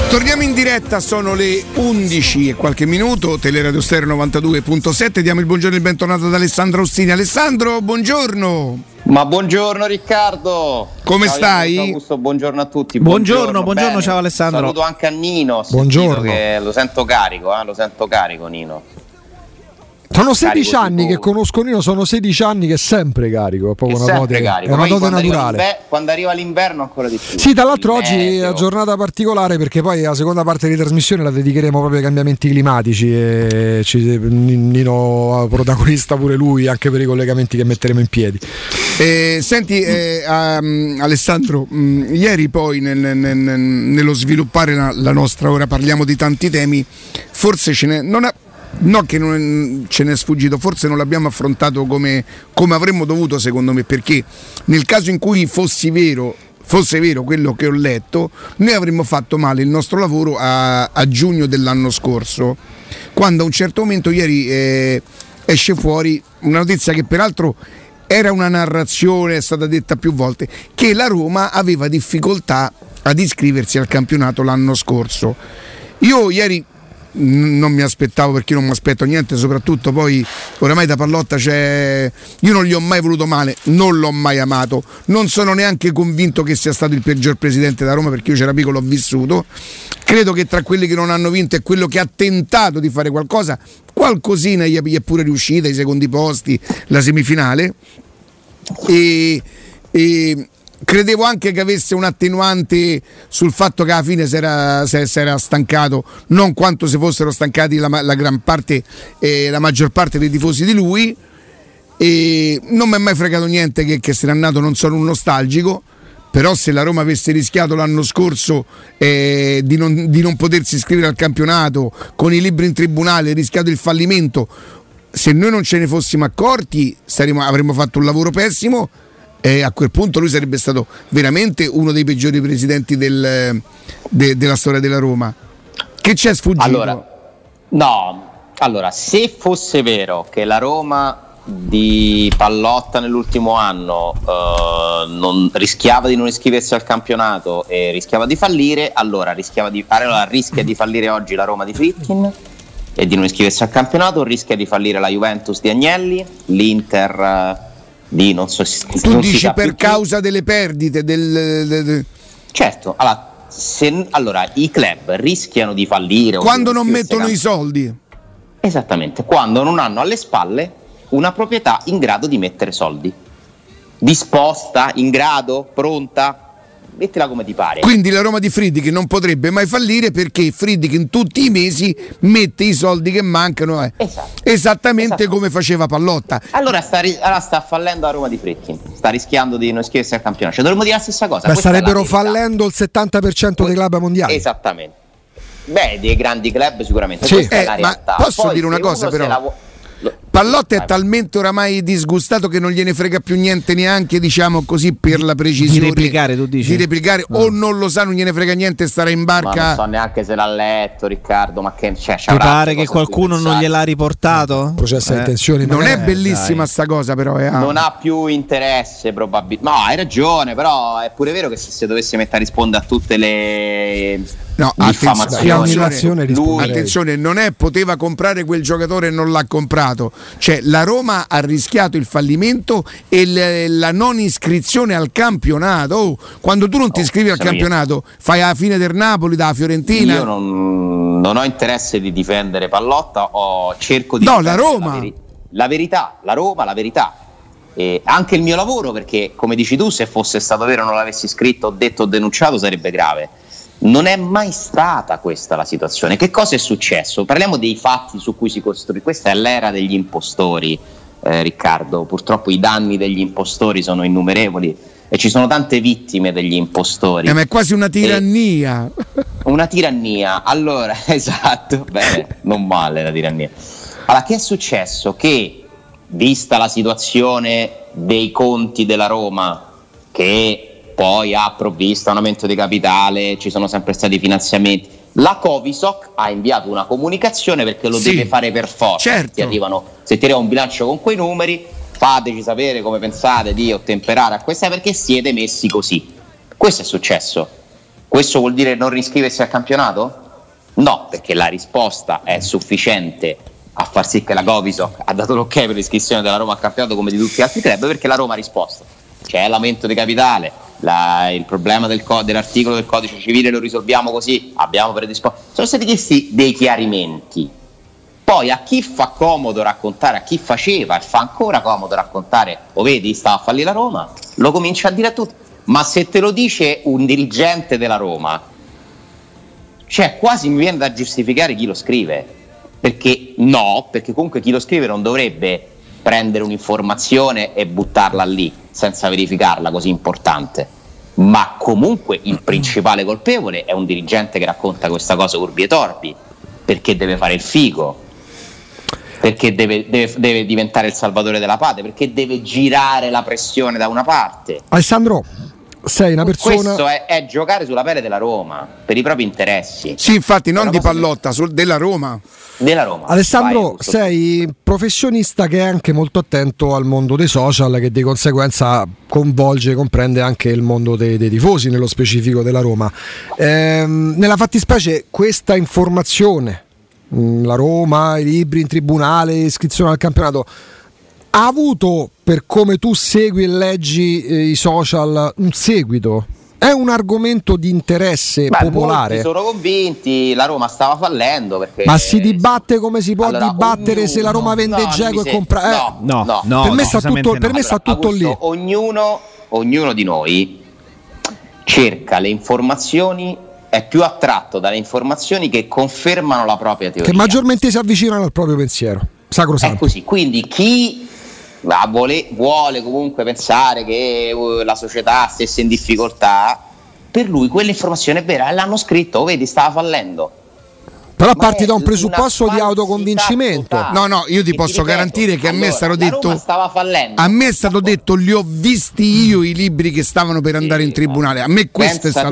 Torniamo in diretta, sono le 11 e qualche minuto, Teleradio Stereo 92.7, diamo il buongiorno e il bentornato ad Alessandro Ostini. Alessandro, buongiorno. Ma buongiorno Riccardo. Come stai? Augusto, buongiorno a tutti. Buongiorno, ciao Alessandro. Saluto anche a Nino. Buongiorno. Che lo sento carico Nino. Sono 16 anni che conosco Nino, sono 16 anni che è sempre carico, è proprio una dote naturale. Quando arriva l'inverno ancora di più. Sì, tra l'altro oggi è una giornata particolare perché poi la seconda parte di trasmissione la dedicheremo proprio ai cambiamenti climatici e Nino protagonista pure lui, anche per i collegamenti che metteremo in piedi. Senti Alessandro, ieri poi nello sviluppare la nostra, ora parliamo di tanti temi, forse non ce n'è sfuggito, forse non l'abbiamo affrontato come avremmo dovuto, secondo me, perché nel caso in cui fosse vero quello che ho letto, noi avremmo fatto male il nostro lavoro a giugno dell'anno scorso, quando a un certo momento ieri esce fuori una notizia che peraltro era una narrazione, è stata detta più volte, che la Roma aveva difficoltà ad iscriversi al campionato l'anno scorso. Io ieri non mi aspettavo, perché io non mi aspetto niente, soprattutto poi oramai da Pallotta io non gli ho mai voluto male, non l'ho mai amato, non sono neanche convinto che sia stato il peggior presidente da Roma, perché io c'era piccolo, l'ho vissuto. Credo che tra quelli che non hanno vinto e quello che ha tentato di fare qualcosina gli è pure riuscita, i secondi posti, la semifinale, e credevo anche che avesse un attenuante sul fatto che alla fine si era stancato, non quanto se fossero stancati la gran parte, la maggior parte dei tifosi di lui, e non mi è mai fregato niente che se n'è andato, non sono un nostalgico, però se la Roma avesse rischiato l'anno scorso di non potersi iscrivere al campionato, con i libri in tribunale, rischiato il fallimento, se noi non ce ne fossimo accorti avremmo fatto un lavoro pessimo. A quel punto lui sarebbe stato veramente uno dei peggiori presidenti della storia della Roma. Che c'è sfuggito? Allora, se fosse vero che la Roma di Pallotta nell'ultimo anno rischiava di non iscriversi al campionato e rischiava di fallire, allora rischia di fallire oggi la Roma di Friedkin e di non iscriversi al campionato, rischia di fallire la Juventus di Agnelli, l'Inter non so se tu dici per causa delle perdite certo. Allora i club rischiano di fallire quando non mettono i soldi, esattamente, quando non hanno alle spalle una proprietà in grado di mettere soldi, disposta, in grado, pronta, mettila come ti pare. Quindi la Roma di Friedkin non potrebbe mai fallire, perché Friedkin tutti i mesi mette i soldi che mancano, esattamente come faceva Pallotta. Allora sta fallendo la Roma di Friedkin, sta rischiando di non iscriversi al campionato, cioè dovremmo dire la stessa cosa. Starebbero fallendo il 70% dei club mondiali. Esattamente. Dei grandi club sicuramente. Sì. Questa è la realtà. Ma posso dire una cosa però? Pallotta è talmente oramai disgustato che non gliene frega più niente, neanche, diciamo così, per la precisione di replicare, tu dici? Di replicare, o non lo sa, non gliene frega niente, starà in barca. Ma non so neanche se l'ha letto Riccardo, ma che ti pare che qualcuno non gliel'ha riportato? Processo di intenzioni. Non è bellissima sta cosa, però non ha più interesse probabilmente. No, hai ragione, però è pure vero che se si dovesse mettere a rispondere a tutte le attenzione, non è poteva comprare quel giocatore e non l'ha comprato, cioè la Roma ha rischiato il fallimento e la non iscrizione al campionato. Quando tu non ti iscrivi al campionato fai la fine del Napoli, da Fiorentina. Io non ho interesse di difendere Pallotta, cerco di la Roma, la verità, la Roma, la verità. E anche il mio lavoro, perché come dici tu, se fosse stato vero non l'avessi scritto, detto o denunciato, sarebbe grave. Non è mai stata questa la situazione. Che cosa è successo? Parliamo dei fatti su cui si costruisce. Questa è l'era degli impostori, Riccardo. Purtroppo i danni degli impostori sono innumerevoli e ci sono tante vittime degli impostori. Ma è quasi una tirannia. Una tirannia. Allora, esatto. Bene, non male la tirannia. Allora, che è successo? Che, vista la situazione dei conti della Roma, che poi ha provvisto un aumento di capitale, ci sono sempre stati finanziamenti, la Covisoc ha inviato una comunicazione, perché lo deve fare per forza. Certo. Se ti arriva un bilancio con quei numeri, fateci sapere come pensate di ottemperare a questa, perché siete messi così. Questo è successo. Questo vuol dire non riscriversi al campionato? No, perché la risposta è sufficiente a far sì che la Covisoc ha dato l'ok per l'iscrizione della Roma al campionato come di tutti gli altri club, perché la Roma ha risposto. C'è l'aumento di capitale, il problema dell'articolo del codice civile lo risolviamo così, abbiamo predisposto. Sono stati chiesti dei chiarimenti. Poi a chi fa comodo raccontare, a chi faceva e fa ancora comodo raccontare, vedi, stava a fallire la Roma, lo comincia a dire a tutti. Ma se te lo dice un dirigente della Roma, cioè quasi mi viene da giustificare chi lo scrive. Perché comunque chi lo scrive non dovrebbe prendere un'informazione e buttarla lì senza verificarla, così importante. Ma comunque il principale colpevole è un dirigente che racconta questa cosa urbi e torbi, perché deve fare il figo, perché deve diventare il salvatore della patria, perché deve girare la pressione da una parte. Alessandro, sei una persona... Questo è giocare sulla pelle della Roma per i propri interessi. Sì, infatti, non di Pallotta, della Roma. Della Roma. Alessandro, sei professionista che è anche molto attento al mondo dei social, che di conseguenza comprende anche il mondo dei tifosi, nello specifico della Roma. Nella fattispecie questa informazione, la Roma, i libri in tribunale, iscrizione al campionato, ha avuto, per come tu segui e leggi i social, un seguito? È un argomento di interesse popolare? Molti sono convinti, la Roma stava fallendo perché... Ma si dibatte come si può dibattere se la Roma vende Dzeko e compra... No, per me sta tutto lì. Ognuno di noi cerca le informazioni, è più attratto dalle informazioni che confermano la propria teoria, che maggiormente si avvicinano al proprio pensiero sacrosanto. È così, quindi chi vuole comunque pensare che la società stesse in difficoltà, per lui quell'informazione è vera, l'hanno scritto, vedi, stava fallendo. Però parti da un presupposto di autoconvincimento. Totale. No, io ti posso garantire che a me è stato detto, stava fallendo. a me è stato detto, li ho visti io i libri che stavano per andare in tribunale. A me questo è stato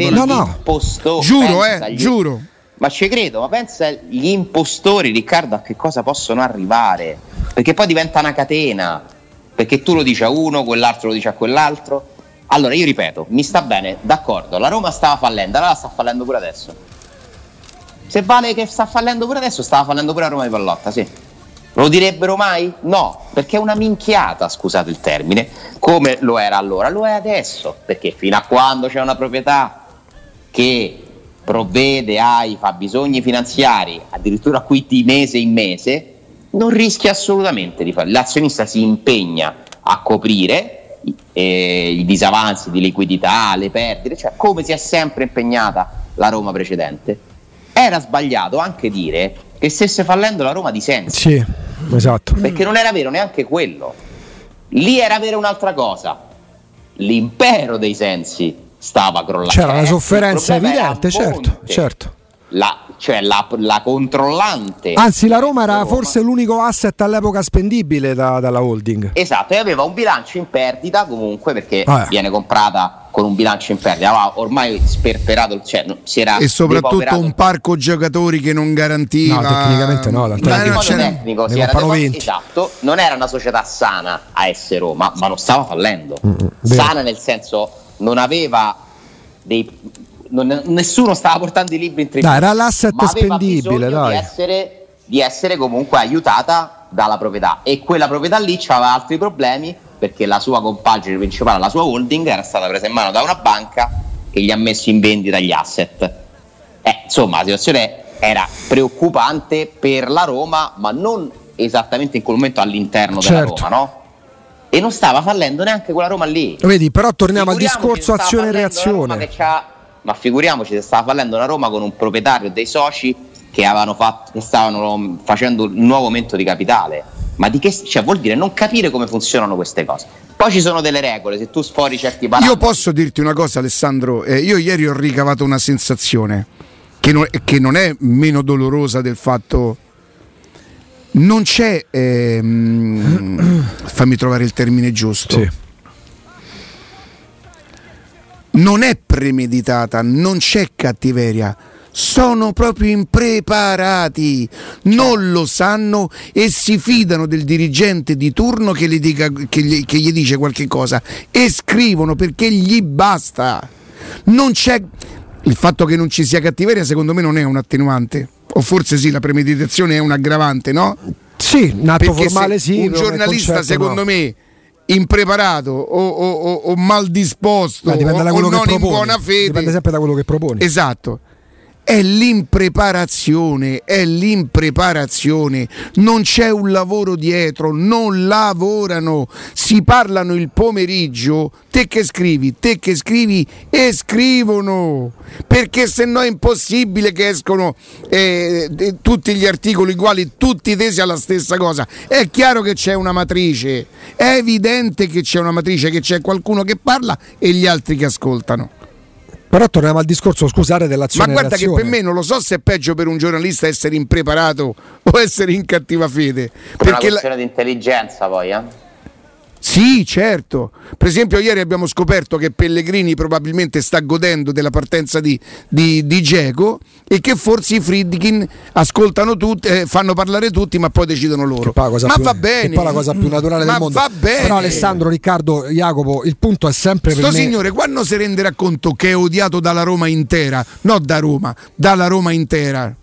giuro. Ma ci credo, ma pensa gli impostori, Riccardo, a che cosa possono arrivare? Perché poi diventa una catena, perché tu lo dici a uno, quell'altro lo dice a quell'altro. Allora io ripeto, mi sta bene, d'accordo, la Roma stava fallendo, allora sta fallendo pure adesso. Se vale che sta fallendo pure adesso, stava fallendo pure la Roma di Pallotta, sì. Lo direbbero mai? No, perché è una minchiata, scusate il termine, come lo era allora, lo è adesso, perché fino a quando c'è una proprietà che provvede ai fabbisogni finanziari, addirittura qui di mese in mese, non rischia assolutamente di fare. L'azionista si impegna a coprire i disavanzi di liquidità, le perdite, cioè come si è sempre impegnata la Roma precedente. Era sbagliato anche dire che stesse fallendo la Roma di senso. Sì, esatto. Perché non era vero neanche quello. Lì era vera un'altra cosa. L'impero dei sensi stava crollando. C'era una sofferenza evidente, certo. La controllante. Anzi, la Roma era forse l'unico asset all'epoca spendibile dalla holding. Esatto, e aveva un bilancio in perdita comunque, perché viene comprata con un bilancio in perdita, aveva ormai sperperato, si era e soprattutto un parco giocatori che non garantiva. No, tecnicamente no, il patrimonio tecnico si era esatto, non era una società sana a essere Roma, ma non stava fallendo. Sana nel senso non aveva nessuno stava portando i libri in tribuna, era l'asset spendibile, di essere comunque aiutata dalla proprietà, e quella proprietà lì aveva altri problemi, perché la sua compagine principale, la sua holding, era stata presa in mano da una banca che gli ha messo in vendita gli asset. Insomma, la situazione era preoccupante per la Roma, ma non esattamente in quel momento all'interno della Roma, no? E non stava fallendo neanche quella Roma lì. Vedi, però torniamo al discorso azione e reazione. Ma figuriamoci se stava fallendo una Roma con un proprietario, dei soci che stavano facendo un nuovo aumento di capitale. Ma di che, cioè, vuol dire non capire come funzionano queste cose. Poi ci sono delle regole, se tu sfori certi parametri. Io posso dirti una cosa, Alessandro, io ieri ho ricavato una sensazione che non è meno dolorosa del fatto. Non c'è fammi trovare il termine giusto. Sì. Non è premeditata, non c'è cattiveria. Sono proprio impreparati, non lo sanno e si fidano del dirigente di turno che gli dice qualche cosa e scrivono perché gli basta. Non c'è. il fatto che non ci sia cattiveria secondo me non è un attenuante, o forse sì, la premeditazione è un aggravante, no? Sì, un atto Perché formale se sì. un giornalista concetto, secondo no. me impreparato o mal disposto o non in buona fede, dipende sempre da quello che proponi. esatto, è l'impreparazione, non c'è un lavoro dietro, non lavorano, si parlano il pomeriggio, te che scrivi e scrivono, perché se no è impossibile che escono tutti gli articoli uguali, tutti tesi alla stessa cosa. È chiaro che c'è una matrice, è evidente che c'è una matrice, che c'è qualcuno che parla e gli altri che ascoltano. Però torniamo al discorso, scusate, dell'azione. Ma guarda che per me non lo so se è peggio per un giornalista essere impreparato o essere in cattiva fede. Per una questione di intelligenza poi, Sì, certo. Per esempio ieri abbiamo scoperto che Pellegrini probabilmente sta godendo della partenza di Dzeko e che forse i Friedkin ascoltano tutti, fanno parlare tutti, ma poi decidono loro. Ma va bene. Che poi è la cosa più naturale del mondo. Va bene. Però Alessandro, Riccardo, Jacopo, il punto è sempre per me. Signore, quando si renderà conto che è odiato dalla Roma intera, non da Roma, dalla Roma intera.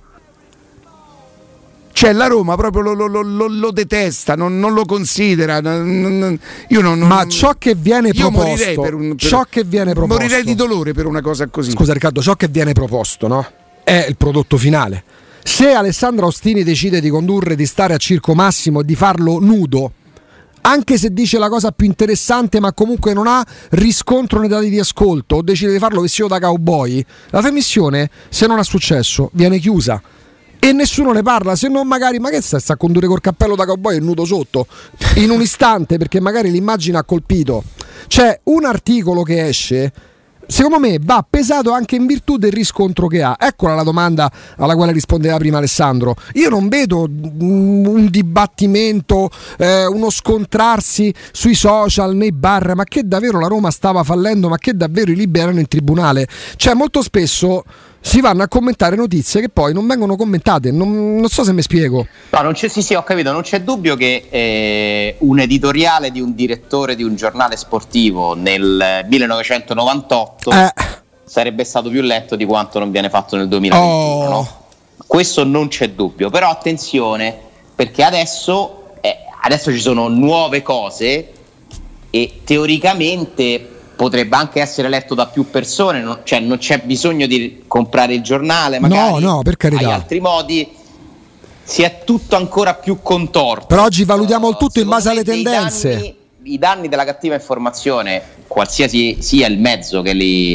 Cioè la Roma proprio lo detesta, non lo considera. Ma ciò che viene proposto, ciò che viene proposto, morirei di dolore per una cosa così. Scusa Riccardo, ciò che viene proposto, no? È il prodotto finale. Se Alessandro Ostini decide di condurre, di stare a Circo Massimo e di farlo nudo, anche se dice la cosa più interessante ma comunque non ha riscontro nei dati di ascolto, o decide di farlo vestito da cowboy, la trasmissione, se non ha successo, viene chiusa. E nessuno ne parla, se non magari, ma che sta a condurre col cappello da cowboy e nudo sotto in un istante, perché magari l'immagine ha colpito. C'è un articolo che esce, secondo me va pesato anche in virtù del riscontro che ha. Eccola la domanda alla quale rispondeva prima Alessandro. Io non vedo un dibattimento, uno scontrarsi sui social, nei bar, ma che davvero la Roma stava fallendo, ma che davvero i liberi erano in tribunale. Cioè molto spesso si vanno a commentare notizie che poi non vengono commentate, non so se mi spiego. No, non c'è, sì, ho capito, non c'è dubbio che un editoriale di un direttore di un giornale sportivo nel 1998 sarebbe stato più letto di quanto non viene fatto nel 2021. No? Questo non c'è dubbio, però attenzione, perché adesso ci sono nuove cose e teoricamente potrebbe anche essere letto da più persone, non c'è bisogno di comprare il giornale, magari no, per carità. Hai altri modi, si è tutto ancora più contorto. Però oggi valutiamo il tutto in base alle tendenze. I danni della cattiva informazione, qualsiasi sia il mezzo che li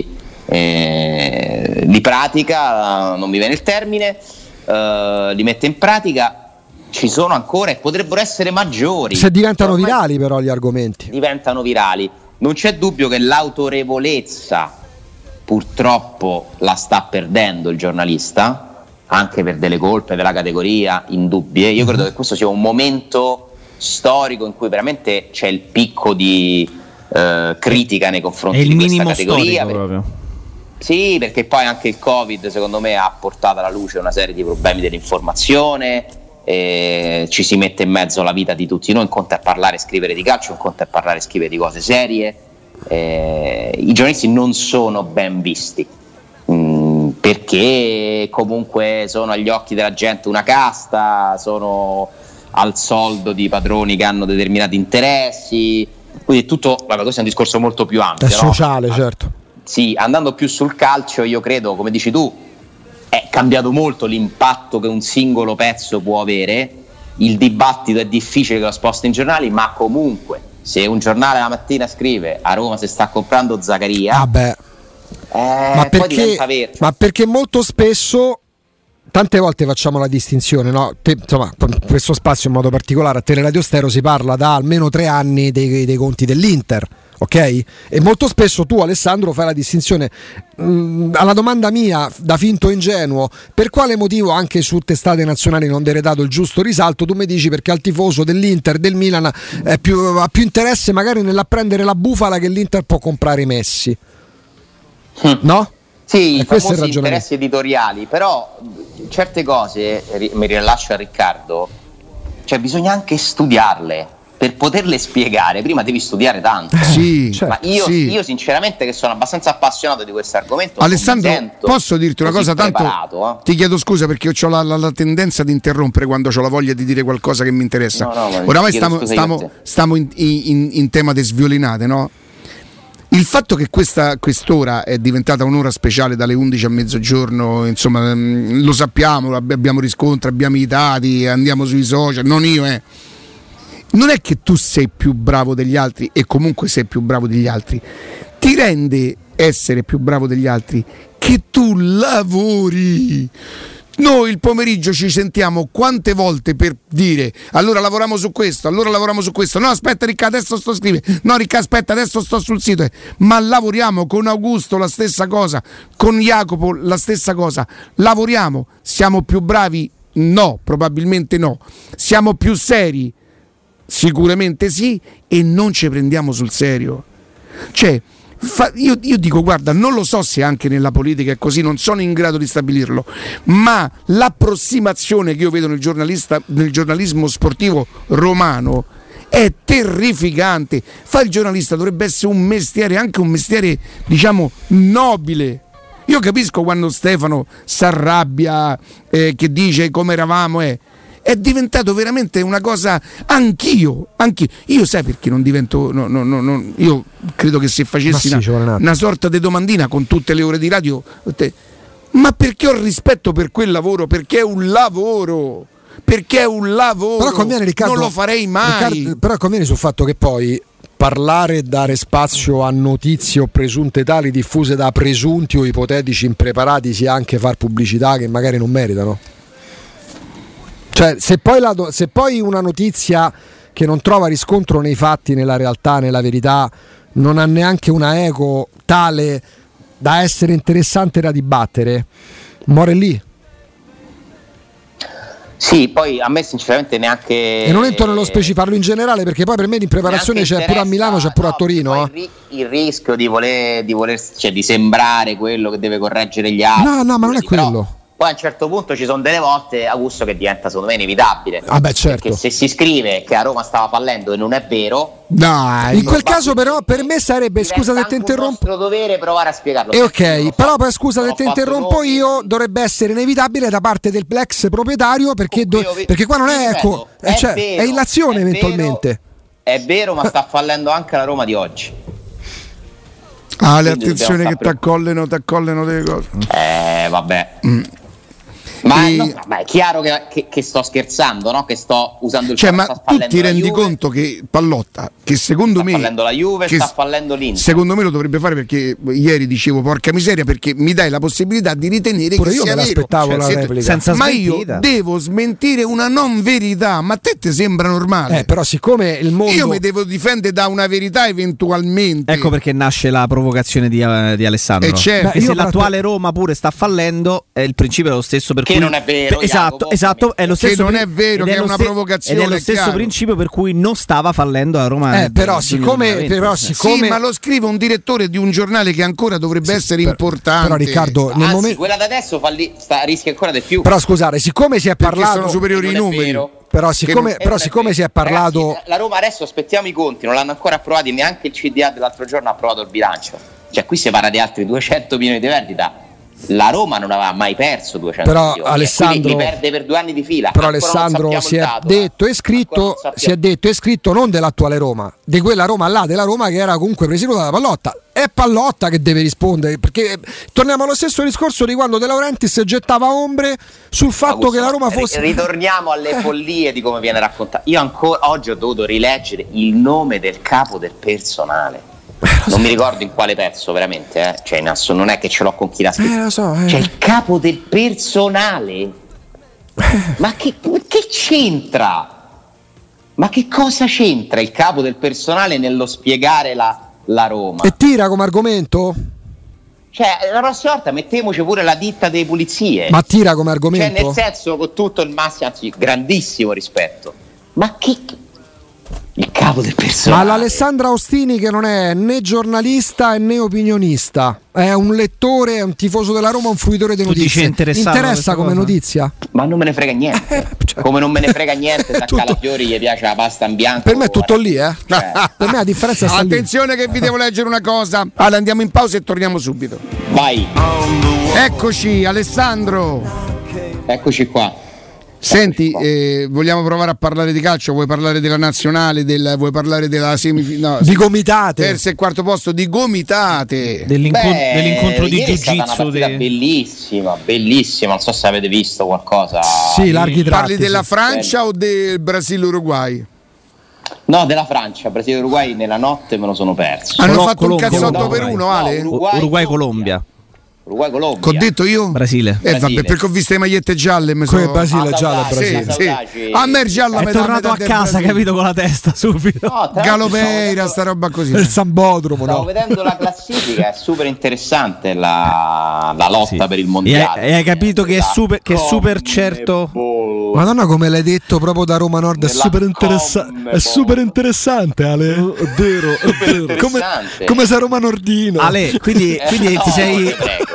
pratica, non mi viene il termine, li mette in pratica, ci sono ancora e potrebbero essere maggiori. Se diventano virali però gli argomenti. Diventano virali. Non c'è dubbio che l'autorevolezza purtroppo la sta perdendo il giornalista, anche per delle colpe della categoria indubbie. Io credo che questo sia un momento storico in cui veramente c'è il picco di critica nei confronti di questa categoria. Proprio. Sì, perché poi anche il Covid secondo me ha portato alla luce una serie di problemi dell'informazione. Ci si mette in mezzo la vita di tutti noi, un conto è parlare e scrivere di calcio, un conto è parlare e scrivere di cose serie. I giornalisti non sono ben visti perché comunque sono agli occhi della gente una casta, sono al soldo di padroni che hanno determinati interessi, quindi è tutto, questo è un discorso molto più ampio, è sociale, certo. Sì, andando più sul calcio, io credo, come dici tu, è cambiato molto l'impatto che un singolo pezzo può avere, il dibattito è difficile che lo sposti in giornali, ma comunque se un giornale la mattina scrive a Roma si sta comprando Zaccaria, poi diventa vero. Ma perché molto spesso, tante volte facciamo la distinzione, no? Insomma, questo spazio in modo particolare a Teleradio Stereo si parla da almeno 3 anni dei conti dell'Inter, ok? E molto spesso tu, Alessandro, fai la distinzione. Alla domanda mia, da finto ingenuo, per quale motivo anche su testate nazionali non viene dato il giusto risalto, tu mi dici perché al tifoso dell'Inter, del Milan ha più interesse magari nell'apprendere la bufala che l'Inter può comprare i Messi, no? Sì, i famosi interessi editoriali, però certe cose, mi rilascio a Riccardo, cioè bisogna anche studiarle, per poterle spiegare prima devi studiare tanto. Sì, ma io sinceramente, che sono abbastanza appassionato di questo argomento, Alessandro, posso dirti una cosa? Tanto ti chiedo scusa perché io ho la tendenza di interrompere quando ho la voglia di dire qualcosa che mi interessa. Oramai stiamo in tema di sviolinate, no? Il fatto che quest'ora è diventata un'ora speciale dalle 11 a mezzogiorno, insomma, lo sappiamo, abbiamo riscontri, abbiamo i dati, andiamo sui social, non io, Non è che tu sei più bravo degli altri e comunque sei più bravo degli altri, ti rende essere più bravo degli altri che tu lavori. Noi il pomeriggio ci sentiamo quante volte per dire allora lavoriamo su questo, no aspetta Ricca adesso sto scrivendo, no Ricca aspetta adesso sto sul sito, ma lavoriamo. Con Augusto la stessa cosa, con Jacopo la stessa cosa, lavoriamo. Siamo più bravi? No, probabilmente no. Siamo più seri? Sicuramente sì, e non ci prendiamo sul serio. Cioè io dico, guarda, non lo so se anche nella politica è così, non sono in grado di stabilirlo, ma l'approssimazione che io vedo nel giornalismo sportivo romano è terrificante. Fare il giornalista dovrebbe essere un mestiere, anche un mestiere diciamo nobile. Io capisco quando Stefano s'arrabbia, che dice come eravamo, è diventato veramente una cosa. Anch'io sai perché non divento io credo che se facessi una sorta di domandina con tutte le ore di radio, ma perché ho rispetto per quel lavoro, perché è un lavoro, però conviene, Riccardo, non lo farei mai. Però conviene sul fatto che poi parlare e dare spazio a notizie o presunte tali diffuse da presunti o ipotetici impreparati sia anche far pubblicità che magari non meritano. Cioè, se poi una notizia che non trova riscontro nei fatti, nella realtà, nella verità, non ha neanche una eco tale da essere interessante da dibattere, muore lì. Sì, poi a me sinceramente neanche. E non entro nello specificarlo in generale, perché poi per me in preparazione c'è pure a Milano, c'è pure a Torino. Il rischio di voler cioè di sembrare quello che deve correggere gli altri. No, ma non è quello. Poi a un certo punto ci sono delle volte, Augusto, che diventa secondo me inevitabile. Certo. Perché se si scrive che a Roma stava fallendo e non è vero, dai, in quel caso però per me sarebbe, scusa se ti interrompo, il nostro dovere provare a spiegarlo. Ok, però poi scusa se ti interrompo io, dovrebbe essere inevitabile da parte del ex proprietario, perché qua non è è illazione eventualmente. È vero, ma sta fallendo anche la Roma di oggi. Le attenzioni che ti accollano delle cose. Vabbè. Ma è chiaro che sto scherzando, no? Che sto usando il ma tu ti rendi conto che Pallotta, che secondo me sta fallendo la Juve, sta fallendo l'Inter. Secondo me lo dovrebbe fare, perché ieri dicevo porca miseria, perché mi dai la possibilità di ritenere pure che io sia me l'aspettavo vero. la replica. Senza ma smentita. Io devo smentire una non verità, ma a te sembra normale? Però siccome il mondo, io mi devo difendere da una verità eventualmente. Ecco perché nasce la provocazione di Alessandro. Certo. Se l'attuale Roma pure sta fallendo, il principio è lo stesso, per cui non è vero. Esatto, è lo stesso. Che non è vero, che è una provocazione. Ed è lo stesso principio per cui non stava fallendo a Roma. Però siccome sì, ma lo scrive un direttore di un giornale che ancora dovrebbe essere importante. Però Riccardo, nel momento quella da adesso rischia ancora di più. Però scusate, siccome si è parlato, sono superiori i numeri. Però siccome si è parlato, ragazzi, la Roma adesso aspettiamo i conti, non l'hanno ancora approvati, neanche il CDA dell'altro giorno ha approvato il bilancio. Cioè qui si parla di altri 200 milioni di perdita. La Roma non aveva mai perso 200 milioni, Alessandro, li perde per 2 anni di fila. Però Alessandro si è detto e scritto non dell'attuale Roma, di quella Roma là, della Roma che era comunque presieduta da Pallotta. È Pallotta che deve rispondere, perché torniamo allo stesso discorso di quando De Laurentiis gettava ombre sul fatto che la Roma fosse. Ritorniamo alle follie di come viene raccontato. Io ancora oggi ho dovuto rileggere il nome del capo del personale. Non mi ricordo in quale pezzo veramente, cioè in assoluto non è che ce l'ho con chi l'ha scritto. Lo so, Cioè il capo del personale. Ma che c'entra? Ma che cosa c'entra il capo del personale nello spiegare la Roma? E tira come argomento? Cioè la prossima volta mettiamoci pure la ditta delle pulizie. Ma tira come argomento? Cioè nel senso, con tutto il massimo, anzi grandissimo rispetto. Ma che il capo del personale. Ma l'Alessandra Ostini, che non è né giornalista né opinionista, è un lettore, è un tifoso della Roma, un fruitore di notizie. Interessa come notizia? Ma non me ne frega niente. Come non me ne frega niente se a Calafiori gli piace la pasta in bianco. Per me è tutto lì, Cioè. Per me la differenza sta attenzione lì. Che vi devo leggere una cosa. Allora andiamo in pausa e torniamo subito. Vai. Eccoci Alessandro. Eccoci qua. Senti, vogliamo provare a parlare di calcio? Vuoi parlare della nazionale? Vuoi parlare della semifinale? Di gomitate. Terzo e quarto posto di gomitate. Dell'incontro di jiu-jitsu. È stata una partita bellissima. Non so se avete visto qualcosa. Sì, larghi tratti. Parli della Francia o del Brasile-Uruguay? No, della Francia. Brasile-Uruguay nella notte me lo sono perso. Hanno fatto un cazzotto per uno, Ale? Uruguay-Colombia. Uruguay-Colombia. Che ho detto io? Brasile. Vabbè, perché ho visto le magliette gialle. Come Brasile gialla, Brasile. Sì. A me gialla è tornato a casa, capito, con la testa subito. No, Galopeira, sta roba così. Il Sambodromo. Stavo vedendo la classifica, è super interessante la lotta per il mondiale. E hai capito che è super certo. Madonna, come l'hai detto proprio da Roma Nord, è super interessante, Ale. È vero. Come sei Roma Nordino. Ale, quindi ti sei.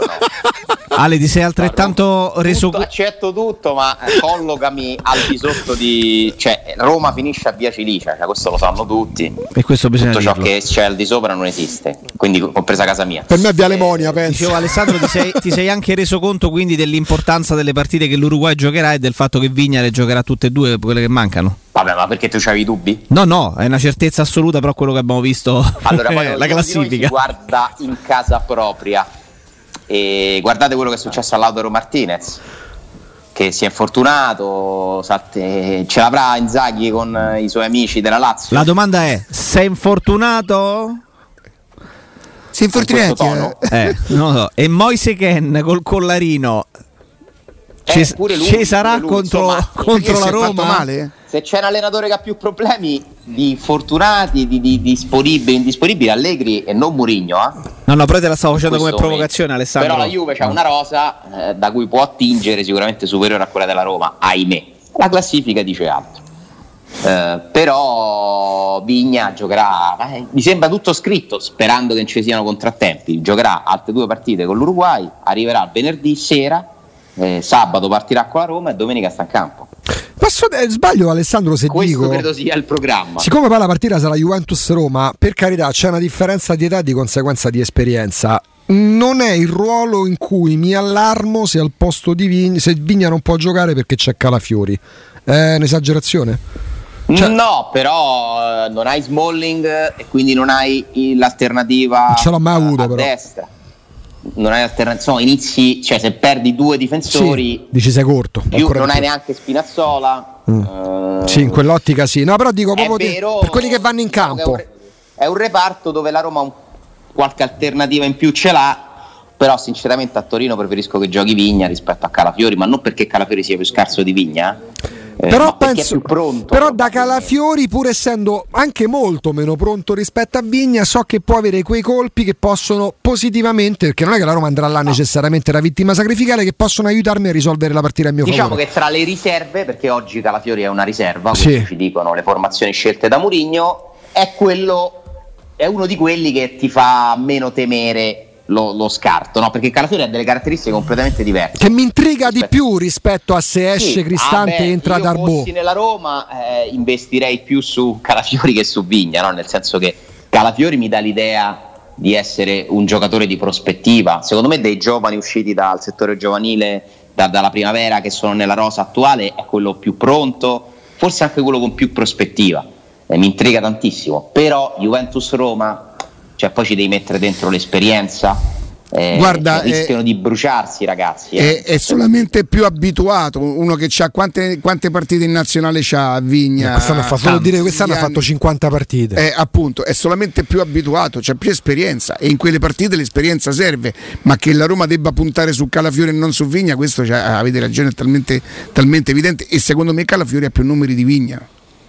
Ale, ti sei altrettanto reso conto? Accetto tutto, ma collocami al di sotto di. Cioè, Roma finisce a Via Cilicia, questo lo sanno tutti. E questo bisogna tutto ciò dirlo. che c'è al di sopra non esiste. Quindi compresa casa mia. Per me è Via Lemonia, penso. Dicevo, Alessandro, ti sei anche reso conto quindi dell'importanza delle partite che l'Uruguay giocherà e del fatto che Vigna le giocherà tutte e due, quelle che mancano? Vabbè, ma perché tu c'avevi dubbi? No, è una certezza assoluta, però quello che abbiamo visto. Allora, poi la classifica. Si guarda in casa propria. E guardate quello che è successo a Lautaro Martinez, che si è infortunato, ce l'avrà Inzaghi con i suoi amici della Lazio. La domanda è: sei infortunato? Si è infortunato? Non lo so. E Moise Ken col collarino ci sarà contro la Roma? Male? Se c'è un allenatore che ha più problemi di fortunati, di disponibili, indisponibili, Allegri e non Mourinho. No, però te la stavo facendo come provocazione, Alessandro. Però la Juve c'ha una rosa da cui può attingere sicuramente superiore a quella della Roma, ahimè. La classifica dice altro. Però Vigna giocherà, mi sembra tutto scritto, sperando che non ci siano contrattempi. Giocherà altre 2 partite con l'Uruguay, arriverà il venerdì sera, sabato partirà con la Roma e domenica sta in campo. Sbaglio, Alessandro, se questo dico, credo sia il programma. Siccome poi la partita sarà Juventus-Roma, per carità c'è una differenza di età e di conseguenza di esperienza. Non è il ruolo in cui mi allarmo se al posto di Vigna, se Vigna non può giocare perché c'è Calafiori. È un'esagerazione? No, però non hai Smalling e quindi non hai l'alternativa. Non ce l'ho mai avuto, però. Destra. Non hai alternativa, inizi, cioè se perdi 2 difensori, sì, dici sei corto. Non hai neanche Spinazzola. Sì, in quell'ottica sì. No, però dico proprio per quelli che vanno in campo. È un reparto dove la Roma qualche alternativa in più ce l'ha. Però sinceramente a Torino preferisco che giochi Vigna rispetto a Calafiori, ma non perché Calafiori sia più scarso di Vigna. Però penso, è più pronto, però da Calafiori, pur essendo anche molto meno pronto rispetto a Vigna, so che può avere quei colpi che possono positivamente, perché non è che la Roma andrà là necessariamente la vittima sacrificale, che possono aiutarmi a risolvere la partita a mio favore. Diciamo che tra le riserve, perché oggi Calafiori è una riserva, come ci dicono le formazioni scelte da Mourinho, è uno di quelli che ti fa meno temere lo scarto, no? Perché Calafiori ha delle caratteristiche completamente diverse, che mi intriga di più rispetto a se esce Cristante e entra Darboe. Se fossi nella Roma investirei più su Calafiori che su Vigna, no? Nel senso che Calafiori mi dà l'idea di essere un giocatore di prospettiva. Secondo me dei giovani usciti dal settore giovanile dalla primavera che sono nella rosa attuale è quello più pronto, forse anche quello con più prospettiva. Mi intriga tantissimo. Però Juventus-Roma, cioè poi ci devi mettere dentro l'esperienza. Guarda, rischiano di bruciarsi, ragazzi. È solamente più abituato. Uno che c'ha quante partite in nazionale c'ha Vigna? Quest'anno ha fatto 50 partite. Appunto, è solamente più abituato, c'ha più esperienza e in quelle partite l'esperienza serve. Ma che la Roma debba puntare su Calafiori e non su Vigna, questo avete ragione, è talmente evidente. E secondo me Calafiori ha più numeri di Vigna.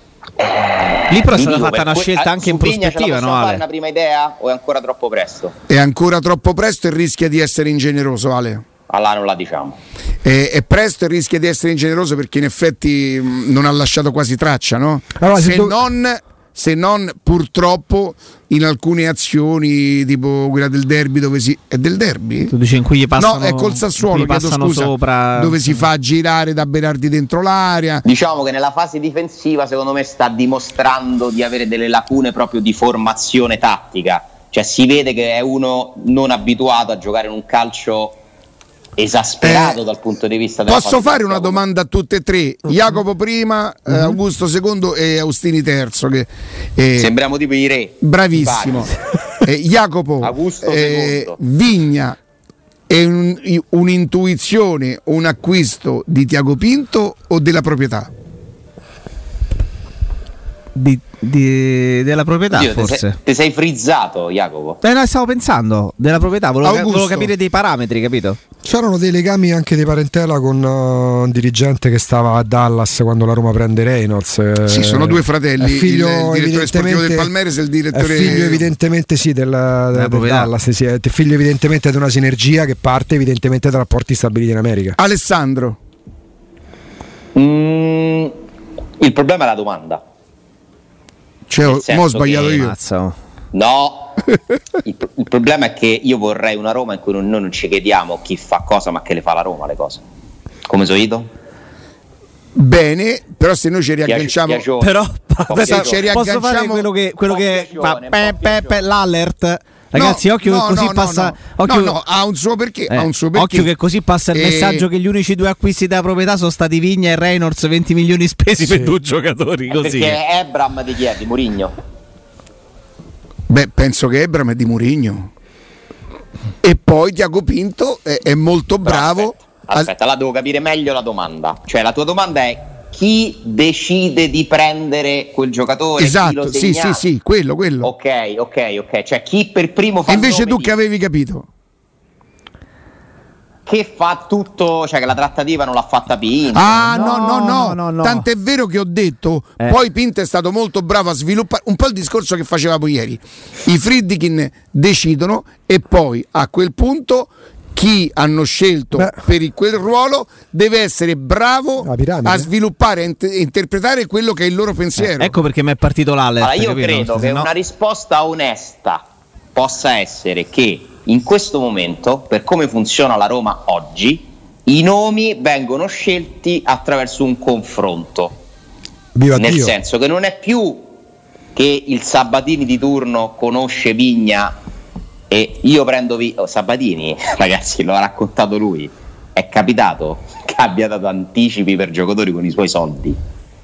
Lì però è stata fatta una scelta anche in prospettiva, no, Ale? Fare una prima idea o è ancora troppo presto? È ancora troppo presto e rischia di essere ingeneroso, Ale. Allora non la diciamo. È presto e rischia di essere ingeneroso perché in effetti non ha lasciato quasi traccia, no? Allora, se non purtroppo in alcune azioni tipo quella del derby dove è del derby? Tu dici in cui gli passano, no, è col Sassuolo, chiedo scusa, sopra, dove si fa girare da Berardi dentro l'area. Diciamo che nella fase difensiva secondo me sta dimostrando di avere delle lacune proprio di formazione tattica, cioè si vede che è uno non abituato a giocare in un calcio esasperato dal punto di vista della posso fare una domanda a tutte e tre? Jacopo prima, Augusto secondo e Austini terzo, che sembriamo tipo i re. Bravissimo. Jacopo, Augusto secondo. Vigna è un'intuizione, un acquisto di Tiago Pinto o della proprietà? Della proprietà. Oddio, forse ti sei frizzato, Jacopo. No, stavo pensando della proprietà, volevo capire dei parametri, capito? C'erano dei legami anche di parentela con un dirigente che stava a Dallas quando la Roma prende Reynolds. Sì, sono due fratelli, il direttore sportivo del Palmeiras e il direttore. È figlio evidentemente sì del Dallas, sì, è figlio evidentemente di una sinergia che parte evidentemente da rapporti stabiliti in America. Alessandro. Il problema è la domanda. Cioè, mo ho sbagliato io. Mazzo. No, il problema è che io vorrei una Roma in cui noi non ci chiediamo chi fa cosa, ma che le fa la Roma le cose. Come Soito? Bene, però se noi ci riagganciamo, però posso fare quello che fa l'alert. Ragazzi, occhio che così passa. No, ha un suo perché. Occhio che così passa il messaggio che gli unici due acquisti della proprietà sono stati Vigna e Reynolds, 20 milioni spesi per due giocatori. Così. Perché Ebram di chi è? Di Mourinho? Beh, penso che Ebram è di Mourinho. E poi Tiago Pinto è molto bravo. Aspetta, la devo capire meglio la domanda. Cioè, la tua domanda è: chi decide di prendere quel giocatore? Esatto, chi lo sì, quello. Ok. Cioè, chi per primo fa. E invece tu che avevi capito? Che fa tutto, cioè che la trattativa non l'ha fatta Pinto. No. Tant'è vero che ho detto, poi Pinto è stato molto bravo a sviluppare un po' il discorso che facevamo ieri. I Friedkin decidono e poi a quel punto chi hanno scelto per quel ruolo deve essere bravo a sviluppare e interpretare quello che è il loro pensiero. Ecco perché mi è partito l'alert. Allora, io credo che una risposta onesta possa essere che in questo momento, per come funziona la Roma oggi, i nomi vengono scelti attraverso un confronto. Nel senso che non è più che il Sabatini di turno conosce Vigna e io prendo Sabatini, ragazzi, lo ha raccontato lui. È capitato che abbia dato anticipi per giocatori con i suoi soldi,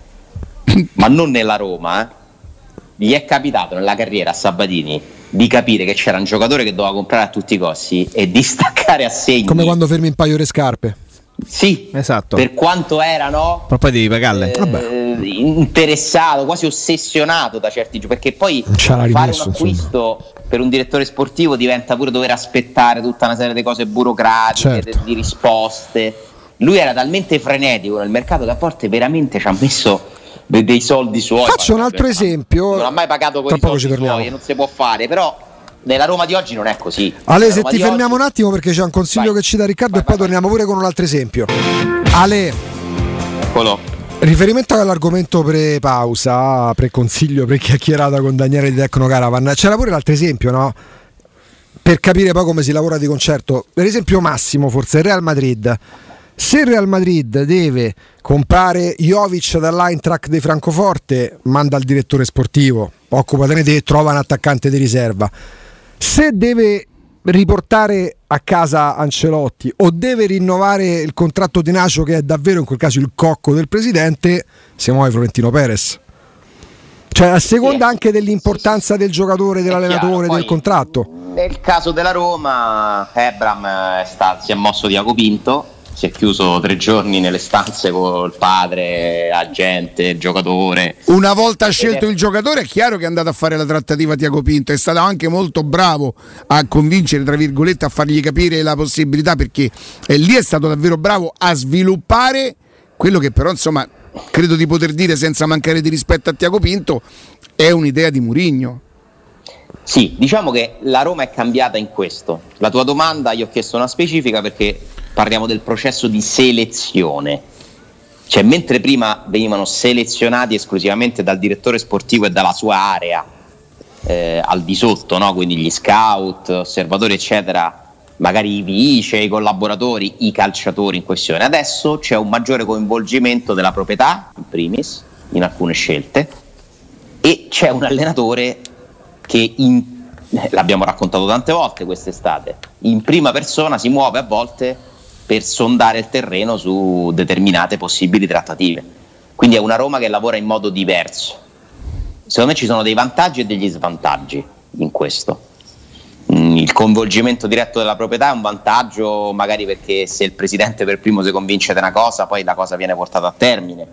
ma non nella Roma. Gli è capitato nella carriera a Sabatini di capire che c'era un giocatore che doveva comprare a tutti i costi e di staccare a segni. Come quando fermi un paio di scarpe. Sì, esatto. Per quanto era, no? Ma poi devi pagarle. Interessato, quasi ossessionato da certi giochi, perché poi fare un acquisto per un direttore sportivo diventa pure dover aspettare tutta una serie di cose burocratiche, di risposte. Lui era talmente frenetico nel mercato che a volte veramente ci ha messo dei soldi suoi. Faccio un altro esempio. Non ha mai pagato con i soldi suoi, non si può fare, però nella Roma di oggi non è così. Ale, se ti fermiamo un attimo perché c'è un consiglio che ci dà Riccardo e poi torniamo pure con un altro esempio. Ale, eccolo. Riferimento all'argomento pre-pausa, pre-consiglio, pre-chiacchierata con Daniele di Tecno Caravan, c'era pure l'altro esempio, no? Per capire poi come si lavora di concerto. L'esempio massimo forse è il Real Madrid. Se il Real Madrid deve comprare Jovic dall'Eintracht di Francoforte, manda il direttore sportivo, occupatene te, trova un attaccante di riserva. Se deve riportare a casa Ancelotti o deve rinnovare il contratto di Nacio, che è davvero in quel caso il cocco del presidente, si muove Florentino Perez. Cioè a seconda anche dell'importanza del giocatore, dell'allenatore, del contratto. Nel caso della Roma, Ebram si è mosso Tiago Pinto, si è chiuso 3 giorni nelle stanze col padre, agente, giocatore. Una volta scelto il giocatore è chiaro che è andato a fare la trattativa Tiago Pinto, è stato anche molto bravo a convincere, tra virgolette, a fargli capire la possibilità, perché lì è stato davvero bravo a sviluppare quello che però insomma credo di poter dire senza mancare di rispetto a Tiago Pinto è un'idea di Mourinho. Sì, diciamo che la Roma è cambiata in questo. La tua domanda io ho chiesto una specifica perché parliamo del processo di selezione. Cioè, mentre prima venivano selezionati esclusivamente dal direttore sportivo e dalla sua area, al di sotto, no? Quindi gli scout, osservatori eccetera, magari i vice, i collaboratori, i calciatori in questione, adesso c'è un maggiore coinvolgimento della proprietà in primis in alcune scelte, e c'è un allenatore che l'abbiamo raccontato tante volte quest'estate, in prima persona si muove a volte per sondare il terreno su determinate possibili trattative. Quindi è una Roma che lavora in modo diverso. Secondo me ci sono dei vantaggi e degli svantaggi in questo. Il coinvolgimento diretto della proprietà è un vantaggio, magari perché se il presidente per primo si convince di una cosa, poi la cosa viene portata a termine.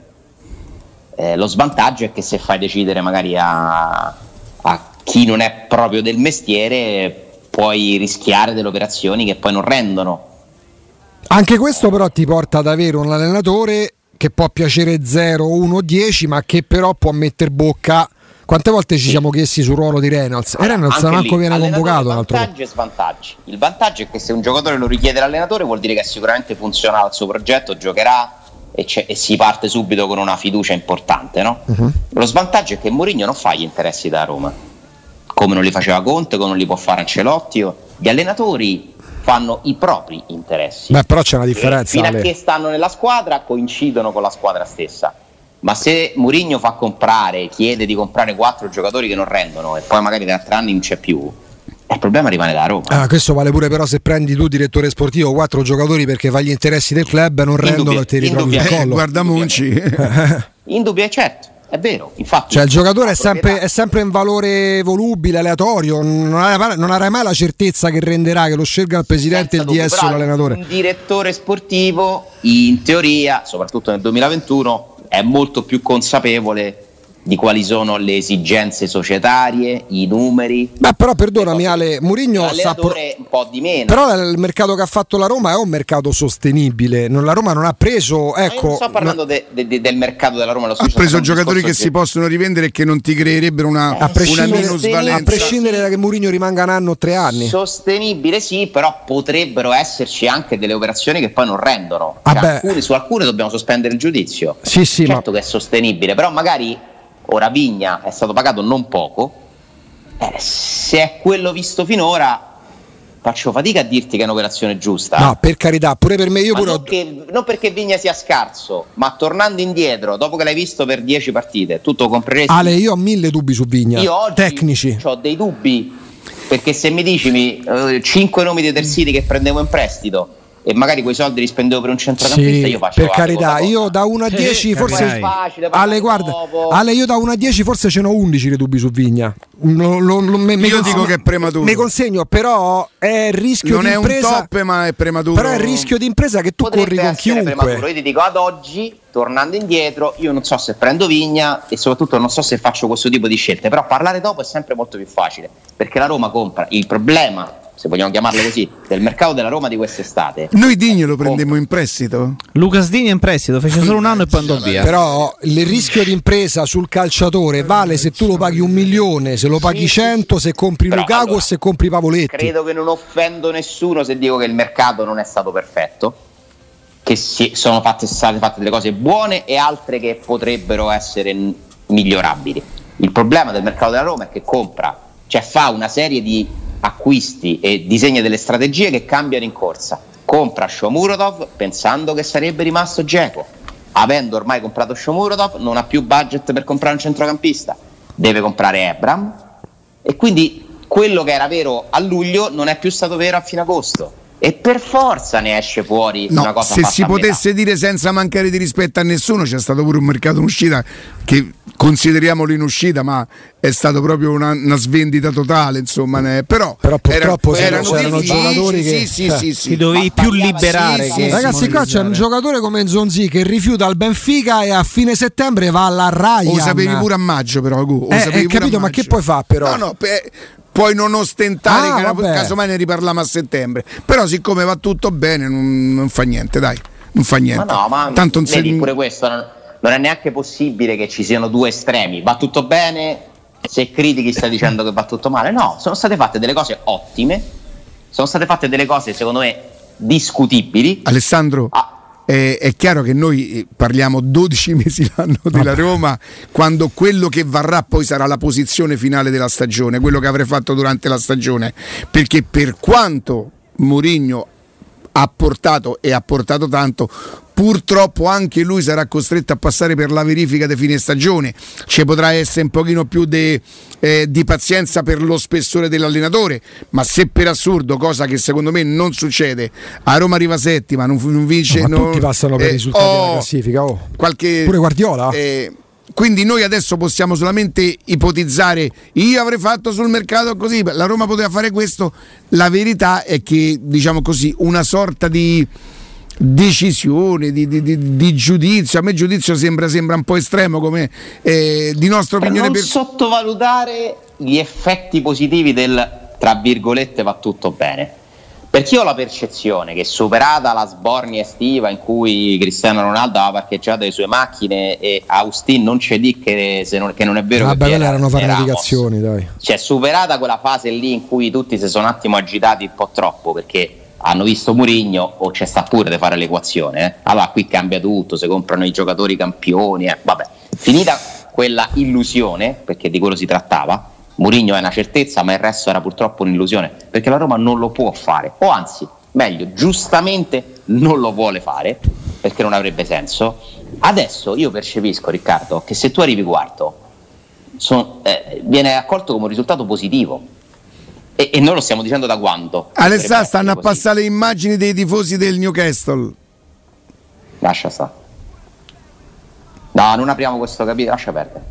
Lo svantaggio è che se fai decidere magari a chi non è proprio del mestiere, puoi rischiare delle operazioni che poi non rendono. Anche questo però ti porta ad avere un allenatore che può piacere 0, 1, 10, ma che però può metter bocca. Quante volte ci siamo chiesti sul ruolo di Reynolds? E Reynolds manco viene convocato. Vantaggi e svantaggi. Il vantaggio è che se un giocatore lo richiede l'allenatore, vuol dire che è sicuramente funzionale al suo progetto, giocherà e si parte subito con una fiducia importante, no? Lo svantaggio è che Mourinho non fa gli interessi da Roma, come non li faceva Conte, come non li può fare Ancelotti. Gli allenatori fanno i propri interessi. Beh, però c'è una differenza. Fino a che stanno nella squadra coincidono con la squadra stessa. Ma se Mourinho chiede di comprare 4 giocatori che non rendono e poi magari tra 3 anni non c'è più, il problema rimane da Roma. Questo vale pure però se prendi tu direttore sportivo 4 giocatori perché fai gli interessi del club e non rendono e ti ritrovi il collo. Guarda Monci. Indubbio, certo. È vero, infatti. Cioè il giocatore è sempre in valore volubile, aleatorio, non avrai mai la certezza che renderà, che lo scelga il presidente, il DS o l'allenatore. Un direttore sportivo, in teoria, soprattutto nel 2021, è molto più consapevole di quali sono le esigenze societarie, i numeri. Ma però perdonami Ale, Mourinho un po' di meno. Però il mercato che ha fatto la Roma è un mercato sostenibile. La Roma non ha preso, ecco. Io non sto parlando del mercato della Roma, ha preso giocatori che si possono rivendere e che non ti creerebbero una minusvalenza. A prescindere da che Mourinho rimanga un anno o 3 anni. Sostenibile sì, però potrebbero esserci anche delle operazioni che poi non rendono. Su alcune dobbiamo sospendere il giudizio. Sì, certo che è sostenibile, però magari ora Vigna è stato pagato non poco, se è quello visto finora faccio fatica a dirti che è un'operazione giusta. No, per carità, pure per me non perché Vigna sia scarso, ma tornando indietro dopo che l'hai visto per 10 partite, tu lo compreresti? Ale, io ho 1000 dubbi su Vigna. Io oggi tecnici ho dei dubbi, perché se mi dici 5 nomi di terzini che prendevo in prestito e magari quei soldi li spendevo per un centrocampista, io faccio per carità, io da 1 a 10 forse Ale, guarda, Ale, io da 1 a 10 forse ce n'ho 11 di dubbi su Vigna. Io dico che è prematuro. Mi consegno, però è il rischio non di impresa. Non è un top, ma è prematuro. Però è il rischio di impresa che tu corri con chiunque. Prematuro. Io ti dico ad oggi, tornando indietro, io non so se prendo Vigna e soprattutto non so se faccio questo tipo di scelte, però parlare dopo è sempre molto più facile, perché la Roma compra. Il problema, se vogliamo chiamarlo così, del mercato della Roma di quest'estate. Noi Digne lo prendemmo in prestito? Lucas Digne in prestito, fece solo un anno e poi andò via. Però il rischio di impresa sul calciatore vale se tu lo paghi 1 milione, se lo paghi 100, se compri Lukaku o se compri Pavoletti. Credo che non offendo nessuno se dico che il mercato non è stato perfetto, che sono state fatte delle cose buone e altre che potrebbero essere migliorabili. Il problema del mercato della Roma è che fa una serie di acquisti e disegna delle strategie che cambiano in corsa. Compra Shomurodov pensando che sarebbe rimasto Dzeko, avendo ormai comprato Shomurodov non ha più budget per comprare un centrocampista, deve comprare Ebram, e quindi quello che era vero a luglio non è più stato vero a fine agosto. E per forza ne esce fuori una cosa. Se si potesse dire senza mancare di rispetto a nessuno, c'è stato pure un mercato in uscita che consideriamolo in uscita, ma è stato proprio una svendita totale, insomma. Però purtroppo c'erano giocatori che ti dovevi più liberare. Ragazzi, qua c'è un giocatore come Zonzi che rifiuta il Benfica e a fine settembre va alla Ryan. Lo sapevi pure a maggio, però. Capito, ma che poi fa però? Puoi non ostentare, casomai ne riparliamo a settembre. Però siccome va tutto bene, non fa niente, dai. Non fa niente. Ma tanto vedi pure questo, non è neanche possibile che ci siano due estremi. Va tutto bene, se critichi stai dicendo che va tutto male. No, sono state fatte delle cose ottime, sono state fatte delle cose secondo me discutibili. Alessandro, è chiaro che noi parliamo 12 mesi l'anno della Roma, quando quello che varrà poi sarà la posizione finale della stagione, quello che avrei fatto durante la stagione, perché per quanto Mourinho ha portato tanto, purtroppo anche lui sarà costretto a passare per la verifica di fine stagione. Ci potrà essere un pochino più di pazienza per lo spessore dell'allenatore, ma se per assurdo, cosa che secondo me non succede, a Roma arriva settima, non vince, ma tutti passano per i risultati della classifica, pure Guardiola. Quindi noi adesso possiamo solamente ipotizzare, io avrei fatto sul mercato così, la Roma poteva fare questo. La verità è che, diciamo così, una sorta di decisione, di giudizio, a me giudizio sembra un po' estremo, come di nostra opinione, non sottovalutare gli effetti positivi del, tra virgolette, va tutto bene. Perché io ho la percezione che, superata la sbornia estiva in cui Cristiano Ronaldo aveva parcheggiato le sue macchine e Austin non c'è di che non è vero, che erano navigazioni, dai. Cioè, superata quella fase lì in cui tutti si sono un attimo agitati un po' troppo perché hanno visto Mourinho, o c'è sta pure di fare l'equazione, allora qui cambia tutto, si comprano i giocatori campioni, vabbè. Finita quella illusione, perché di quello si trattava, Mourinho è una certezza, ma il resto era purtroppo un'illusione, perché la Roma non lo può fare, o anzi, meglio, giustamente non lo vuole fare, perché non avrebbe senso. Adesso io percepisco, Riccardo, che se tu arrivi quarto viene accolto come un risultato positivo, e noi lo stiamo dicendo da quando? Alessà, stanno a passare le immagini dei tifosi del Newcastle. Lascia stare. No, non apriamo questo capitolo, lascia perdere.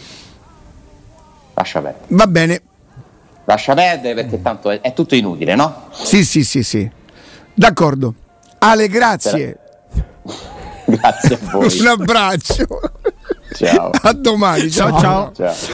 Va bene. Lascia perdere, perché tanto è tutto inutile, no? Sì. D'accordo. Ale, grazie. Grazie a voi. Un abbraccio. Ciao. A domani. Ciao. Ciao.